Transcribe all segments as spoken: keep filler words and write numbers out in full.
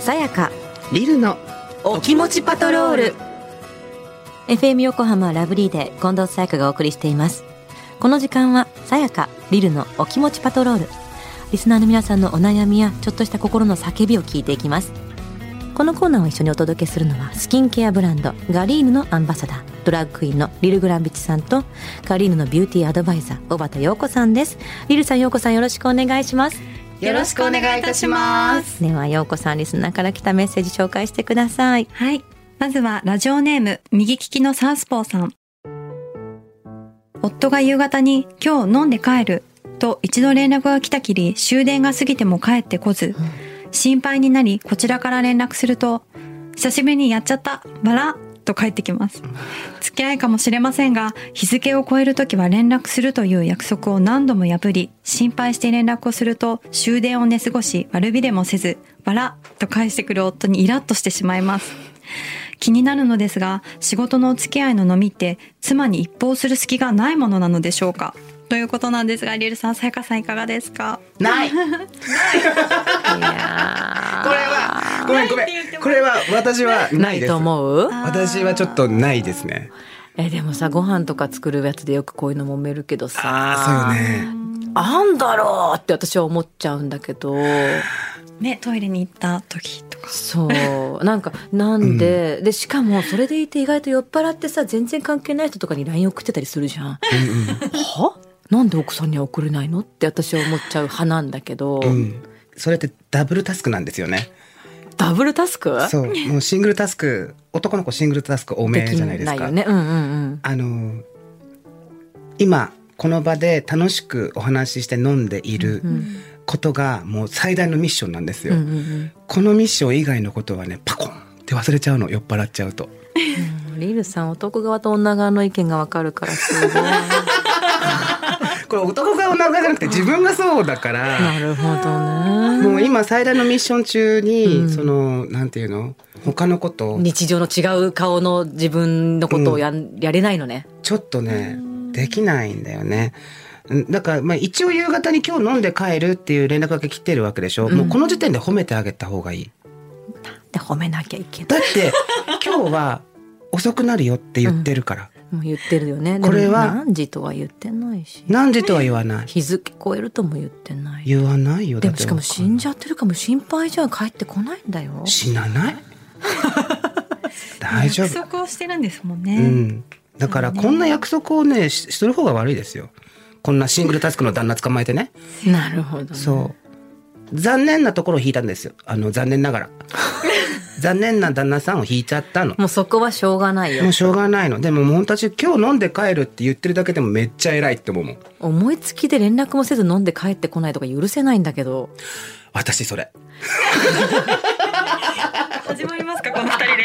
さやかリルのお気持ちパトロール。 エフエム 横浜ラブリーで近藤さやかがお送りしています。この時間はさやかリルのお気持ちパトロール。リスナーの皆さんのお悩みやちょっとした心の叫びを聞いていきます。このコーナーを一緒にお届けするのはスキンケアブランドガリーヌのアンバサダー、ドラッグクイーンのリル・グランビチさんとガリーヌのビューティーアドバイザー小畑陽子さんです。リルさん、陽子さん、よろしくお願いします。 よろしくお願いいたします。 では陽子さん、リスナーから来たメッセージ紹介してください。 はい、まずはラジオネーム右利きのサウスポーさん。夫が夕方に今日飲んで帰ると一度連絡が来たきり、終電が過ぎても帰ってこず、心配になりこちらから連絡すると、久しぶりにやっちゃったバラと返ってきます。付き合いかもしれませんが、日付を超えるときは連絡するという約束を何度も破り、心配して連絡をすると終電を寝過ごし悪びれもせずバラと返してくる夫にイラッとしてしまいます。気になるのですが、仕事のお付き合いの飲みって妻に一方する隙がないものなのでしょうか、ということなんですが、リルさん、さやかさん、いかがですか？ ないいやこれはごめんごめん、これは私はないです。 ないと思う？ 私はちょっとないですね。 えでもさ、ご飯とか作るやつでよくこういうの揉めるけどさ、 あそうよね、 なんだろうって私は思っちゃうんだけどね、トイレに行った時とか、 そうなんかなんで、うん、でしかもそれでいて意外と酔っ払ってさ、全然関係ない人とかに ライン 送ってたりするじゃん。うん、うん、はなんで奥さんには送れないのって私は思っちゃう派なんだけど、 うん、それってダブルタスクなんですよね。 ダブルタスク？ そう、もうシングルタスク、男の子シングルタスク多めじゃないですか。 できないよね。うんうんうん。 あの今この場で楽しくお話しして飲んでいることがもう最大のミッションなんですよ、うんうんうん、このミッション以外のことはね、パコンって忘れちゃうの、酔っ払っちゃうと。 うん、リルさん、男側と女側の意見が分かるからすごいこれ男側女側じゃなくて自分がそうだからなるほどね。 もう今最大のミッション中に、うん、そのなんていうの、他のこと日常の違う顔の自分のことを や,、うん、やれないのね。 ちょっとねできないんだよね。だからまあ一応夕方に今日飲んで帰るっていう連絡が来てるわけでしょ、うん、もうこの時点で褒めてあげた方がいい。 なんで褒めなきゃいけない？ だって今日は遅くなるよって言ってるから、 うん、もう言ってるよね。 これは何時とは言ってないし、 何時とは言わない、 日付超えるとも言ってない。 言わないよ。 でもしかも死んじゃってるかも、心配じゃ帰ってこないんだよ。 死なない大丈夫。 約束をしてるんですもんね、 うん、だからこんな約束をねする方が悪いですよ。こんなシングルタスクの旦那捕まえてね。 なるほど、ね、 そう残念なところを引いたんですよ。あの残念ながら残念な旦那さんを引いちゃったの。 もうそこはしょうがないよ。 もうしょうがないの。でももう私今日飲んで帰るって言ってるだけでもめっちゃ偉いって思うもん。 思いつきで連絡もせず飲んで帰ってこないとか許せないんだけど。 私それ始まりますかこの二人で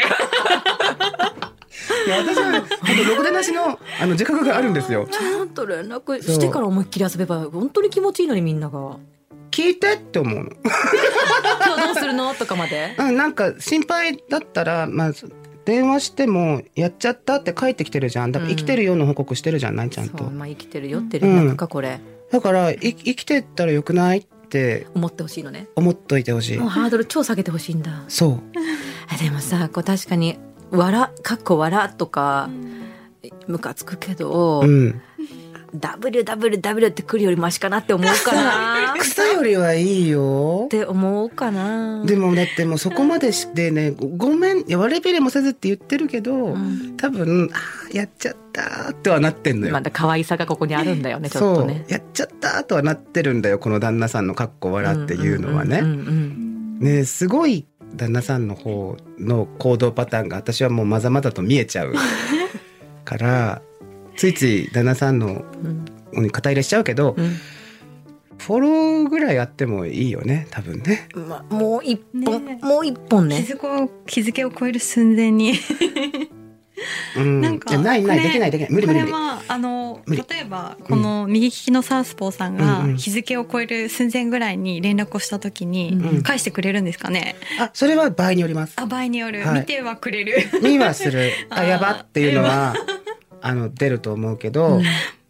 いや私はあのろくでなしのあの自覚があるんですよ。 ちゃんと連絡してから思いっきり遊べば本当に気持ちいいのに、みんなが聞いてって思うの今日どうするのとかまで、 うん、なんか心配だったら、まあ、電話してもやっちゃったって帰ってきてるじゃん。だから生きてるような報告してるじゃない、ちゃんと。 そう、まあ、生きてるよって連絡か、これ、うん、 だからい生きてったらよくないって思ってほしいのね。 思っといてほしい。 もうハードル超下げてほしいんだ。 そうでもさ、こう確かに笑かっこ笑とかムカつくけど、うん、ダブリューダブリューダブリュー って来るよりマシかなって思うかな草よりはいいよって思うかな。 でもだってもうそこまでしてね、ごめん、いや悪びれもせずって言ってるけど、うん、多分あやっちゃったってはなってんのよ。 まだ可愛さがここにあるんだよね、ちょっとね。 そうやっちゃったとはなってるんだよ、この旦那さんのかっこ笑っていうのはね。ね、すごい旦那さんの方の行動パターンが私はもうまざまざと見えちゃうからついつい旦那さんのに肩入れしちゃうけど、うん、フォローぐらいあってもいいよね、多分ね、 ま、もう一本、ね、もう一本ね。 日付を、日付を超える寸前にうん、なんかないないできないできない無理無理無理。 これはあの例えばこの右利きのサウスポーさんが日付を超える寸前ぐらいに連絡をした時に返してくれるんですかね。 うんうん、あ、それは場合によります。 あ、場合による、はい、見てはくれる見はするあやばっていうのはあの出ると思うけど、うん、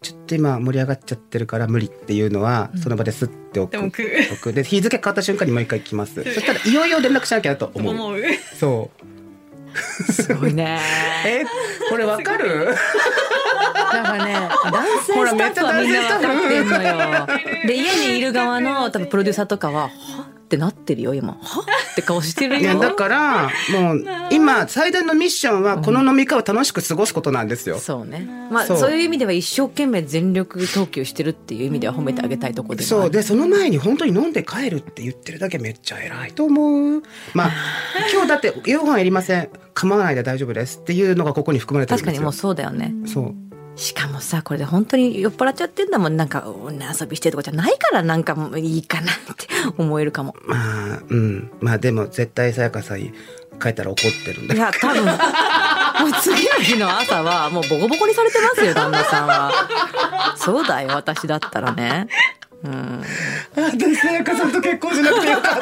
ちょっと今盛り上がっちゃってるから無理っていうのは、うん、その場ですっておく、置くで日付変わった瞬間にもう一回来ますそしたらいよいよ連絡しなきゃなと思う思うそうすごいねえこれわかるなんかね男性スタッフはみんな分かってんのよで家にいる側の多分プロデューサーとかははってなってるよ今はって顔してるよ。いやだからもう今最大のミッションはこの飲み会を楽しく過ごすことなんですよ、 うん、そうね、まあ、そう、そういう意味では一生懸命全力投球してるっていう意味では褒めてあげたいところでもある。 そうでその前に本当に飲んで帰るって言ってるだけめっちゃ偉いと思う。まあ今日だって夕飯いりません構わないで大丈夫ですっていうのがここに含まれてるんですよ。 確かにもうそうだよね。 そうしかもさこれで本当に酔っ払っちゃってんだもん。なんか女遊びしてるとかじゃないからなんかもういいかなって思えるかも。 まあうんまあでも絶対さやかさん帰ったら怒ってるんだ。 いや多分もう次の日の朝はもうボコボコにされてますよ旦那さんは。そうだよ私だったらね。うん。 私さやかさんと結婚しなくてよかった。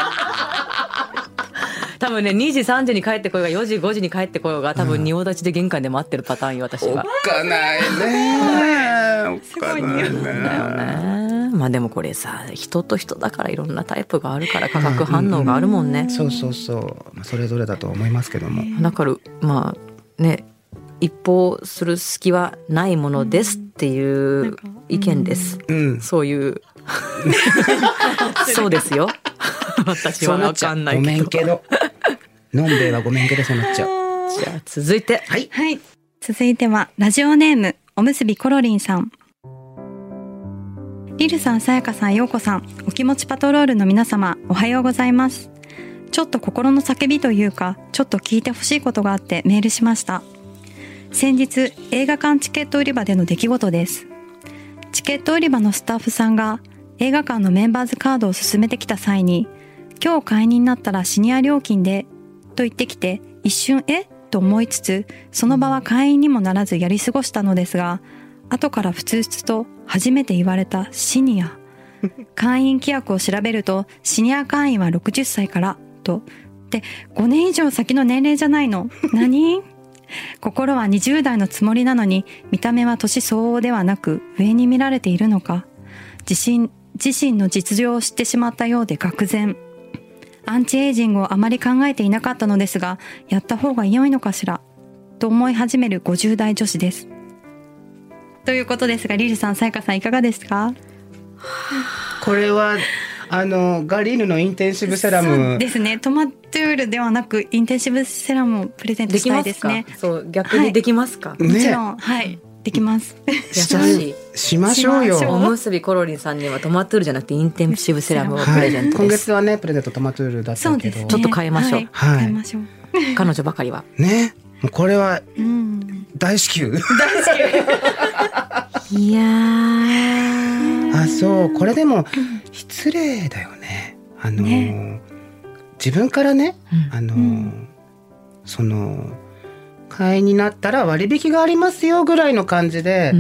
多分ねにじさんじに帰ってこようがよじごじに帰ってこようが多分仁王立ちで玄関で待ってるパターンよ私は。 おっかないね。おっかないね。 だよね。まあでもこれさ人と人だからいろんなタイプがあるから化学反応があるもんね、 うんうん、そうそうそうそれぞれだと思いますけども。 だからまあね一方する隙はないものですっていう意見です、うん、そういうそうですよ私は分かんないけど。 ごめんけどのんべえはごめんけどそうなっちゃう。 じゃあ続いてはい、はい、続いてはラジオネームおむすびコロリンさん。リルさん、さやかさん、ようこさん、お気持ちパトロールの皆様おはようございます。ちょっと心の叫びというかちょっと聞いてほしいことがあってメールしました。先日映画館チケット売り場での出来事です。チケット売り場のスタッフさんが映画館のメンバーズカードを勧めてきた際に今日会員になったらシニア料金でと言ってきて一瞬えと思いつつその場は会員にもならずやり過ごしたのですが後からふつふつと初めて言われたシニア会員規約を調べるとシニア会員はろくじゅっさいからとでごねん以上先の年齢じゃないの何心はにじゅう代のつもりなのに見た目は年相応ではなく上に見られているのか自身自身の実情を知ってしまったようで愕然。アンチエイジングをあまり考えていなかったのですがやった方が良いのかしらと思い始めるごじゅう代女子です。ということですがリルさん、さやかさんいかがですか？ これはあのガリーヌのインテンシブセラムですね。トマトゥールではなくインテンシブセラムをプレゼントしたいですね。 できますか？そう逆にできますか？ はい、もちろん、はいできます。 優しい。 しましょうよ。 おむすびコロリンさんにはトマトゥールじゃなくてインテンシブセラムをプレゼントです、はい、 今月はねプレゼントトマトゥールだったけど、 ね、 ちょっと変えましょう、 はい、変えましょう彼女ばかりはねもうこれは大至急、うん、大至急いやあそうこれでも失礼だよね。あのね自分からね、うん、あの、うん、その会員になったら割引がありますよぐらいの感じで、うん、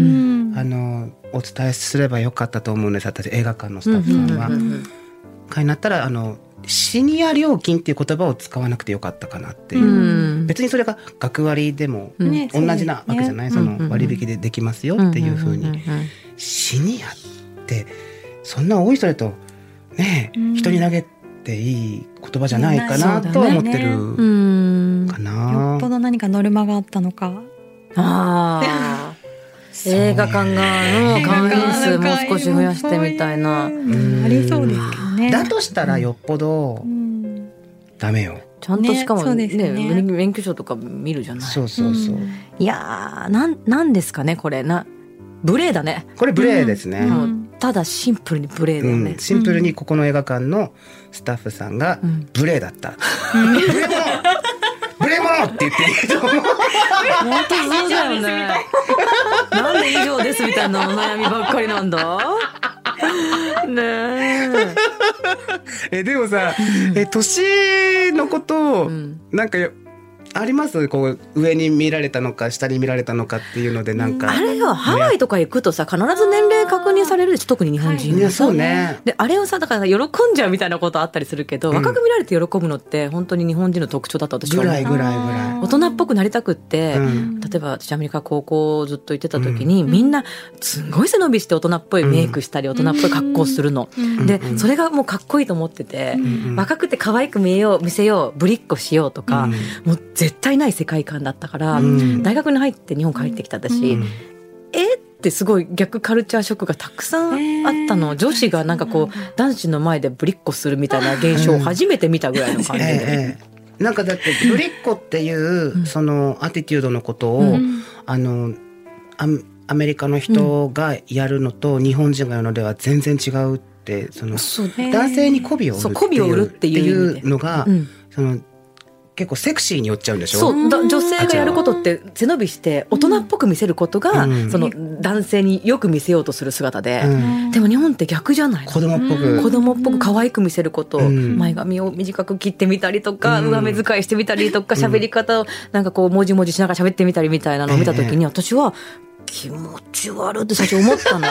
あのお伝えすればよかったと思うんです。私映画館のスタッフさんは、うんうんうんうん、会員になったらあのシニア料金っていう言葉を使わなくてよかったかなっていう、うん、別にそれが学割でも同じなわけじゃない、ね、その割引でできますよっていう風に、うんうんうんうん、シニアってそんなおいそれとね、うん、人に投げていい言葉じゃないかなと思ってるかな、 よっぽど何かノルマがあったのか。 あ映画館側の会員数もう少し増やしてみたいな、 ありそうですけどね。 だとしたらよっぽどダメよ。 ちゃんとしかも ね, ね, ね免許証とか見るじゃない。 そうそうそう、うん、 いやー なん, なんですかねこれな無礼だね。 これ無礼ですね、 うん、ただシンプルに無礼だよね、 うん、シンプルにここの映画館のスタッフさんが無礼だった、うん、無礼者無礼者って言っていいと思う。 本当そうだよね。なんで以上ですみたいなお悩みばっかりなんだねええでもさ、うん、え年のことを、うん、なんかありますこう上に見られたのか下に見られたのかっていうのでなんか、 あれよハワイとか行くとさ必ず年齢確認されるでしょ、特に日本人は、 いやそうね。 であれをさだから喜んじゃうみたいなことあったりするけど、うん、若く見られて喜ぶのって本当に日本人の特徴だと私は思う。 ぐらいぐらいぐらい大人っぽくなりたくって、うん、例えば私アメリカ高校ずっと行ってた時に、うん、みんなすごい背伸びして大人っぽいメイクしたり、うん、大人っぽい格好するの、うん、で、うん、それがもうかっこいいと思ってて、うん、若くて可愛く見えよう見せようぶりっこしようとか、うん、もう絶対ない世界観だったから、うん、大学に入って日本帰ってきた私、うん、えってすごい逆カルチャーショックがたくさんあったの、えー、女子がなんかこう男子の前でぶりっこするみたいな現象を初めて見たぐらいの感じで、 えー、なんかだってぶりっこっていうそのアティテュードのことを、うん、あのアアメリカの人がやるのと日本人がやるのでは全然違うって、その男性に媚びを売るっていうのが、うん、その結構セクシーに寄っちゃうんでしょ。 そうだ、女性がやることって背伸びして大人っぽく見せることが、うん、その男性によく見せようとする姿で、うん、でも日本って逆じゃないの。 子供っぽく子供っぽく可愛く見せること、うん、前髪を短く切ってみたりとか、うん、上目遣いしてみたりとか、喋り方をなんかこうもじもじしながら喋ってみたりみたいなのを見た時に、私は気持ち悪いって最初思ったの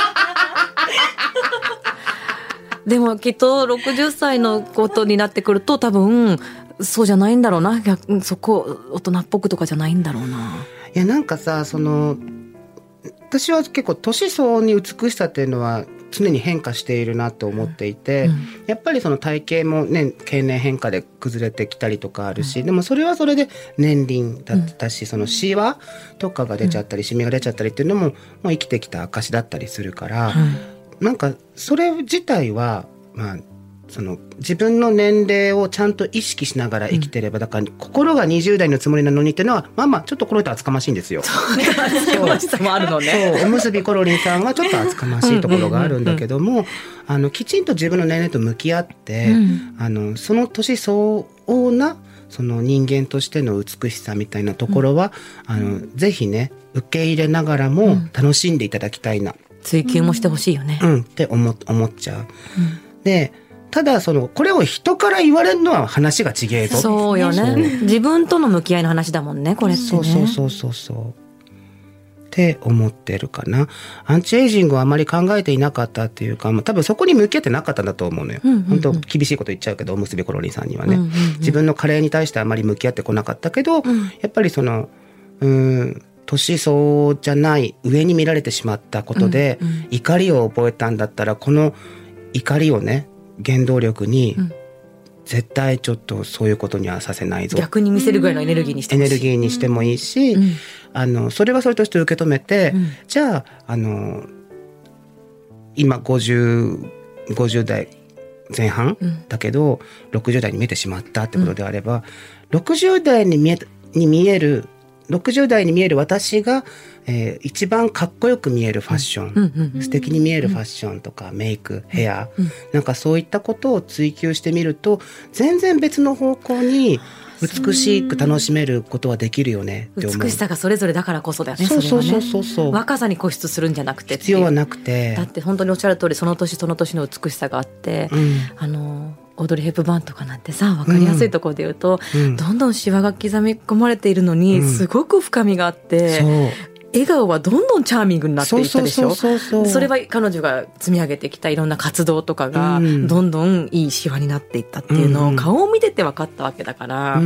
でもきっとろくじゅっさいのことになってくると多分そうじゃないんだろうな、そこ大人っぽくとかじゃないんだろうな。 いやなんかさ、その私は結構年相応に美しさっていうのは常に変化しているなと思っていて、うん、やっぱりその体型もね経年変化で崩れてきたりとかあるし、うん、でもそれはそれで年輪だったし、うん、そのシワとかが出ちゃったり、うん、シミが出ちゃったりっていうのももう生きてきた証だったりするから、うん、なんかそれ自体はまあその自分の年齢をちゃんと意識しながら生きてれば、うん、だから心がにじゅう代のつもりなのにっていうのはまあまあちょっとこの人厚かましいんですよ。 厚かましさもあるのね。 そうおむすびコロリンさんはちょっと厚かましいところがあるんだけども、うんうんうん、あのきちんと自分の年齢と向き合って、うん、あのその年相応なその人間としての美しさみたいなところは、うん、あのぜひね受け入れながらも楽しんでいただきたいな、うん、 追求もしてほしいよね、 うん、って思、思っちゃう、うん、でただそのこれを人から言われるのは話が違えぞ。 そうよね。自分との向き合いの話だもんねこれってね。 そうそうそうそうそうって思ってるかな。アンチエイジングをあまり考えていなかったっていうか、まあ、多分そこに向き合ってなかったんだと思うのよ、うんうんうん、本当厳しいこと言っちゃうけどおむすびコロリンさんにはね、うんうんうん、自分の加齢に対してあまり向き合ってこなかったけど、うん、やっぱりそのうーん年相応じゃない上に見られてしまったことで、うんうん、怒りを覚えたんだったらこの怒りをね原動力に、うん、絶対ちょっとそういうことにはさせないぞ、 逆に見せるぐらいのエネルギーにしてもいい、 エネルギーにしてもいいし、うん、あのそれはそれとして受け止めて、うん、じゃあ、あの今ごじゅう、ごじゅう代前半、うん、だけどろくじゅう代に見えてしまったってことであれば、うん、ろくじゅう代に見え、に見えるろくじゅう代に見える私が、えー、一番かっこよく見えるファッション、うんうんうん、素敵に見えるファッションとか、うん、メイク、ヘア、うん、なんかそういったことを追求してみると全然別の方向に美しく楽しめることはできるよねって思う。 美しさがそれぞれだからこそだよね。 そうそうそうそうそう、 若さに固執するんじゃなくて必要はなくて、 だって本当におっしゃる通りその年その年の美しさがあって、うん、あのオードリー・ヘップバーンとかなんてさ分かりやすいところで言うと、うん、どんどんシワが刻み込まれているのに、うん、すごく深みがあって、そう笑顔はどんどんチャーミングになっていったでしょ。それは彼女が積み上げてきたいろんな活動とかがどんどんいいシワになっていったっていうのを顔を見てて分かったわけだから、うん、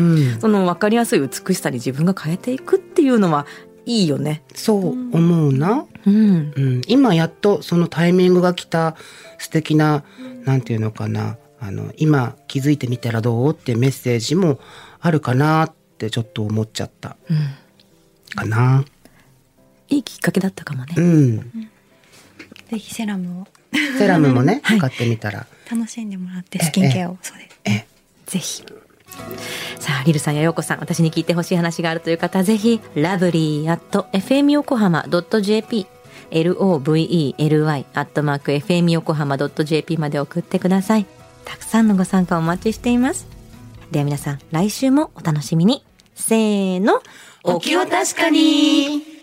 その分かりやすい美しさに自分が変えていくっていうのはいいよね。 そう思うな、うんうん、今やっとそのタイミングが来た素敵ななんていうのかな、あの今気づいてみたらどうっていうメッセージもあるかなってちょっと思っちゃった、うん、かな。 いいきっかけだったかもね、 うん、 ぜひセラムをセラムもね使ってみたら、はい、 楽しんでもらってスキンケアをそうですええぜひ。さあリルさんやヨーコさん、私に聞いてほしい話があるという方ぜひラブリー アット エフエム 横浜 ドット ジェーピー エルオーブイイーエルワイ アットマーク エフエム 横浜 ドット ジェーピー まで送ってください。たくさんのご参加お待ちしています。では皆さん来週もお楽しみに。せーの、お気を確かに。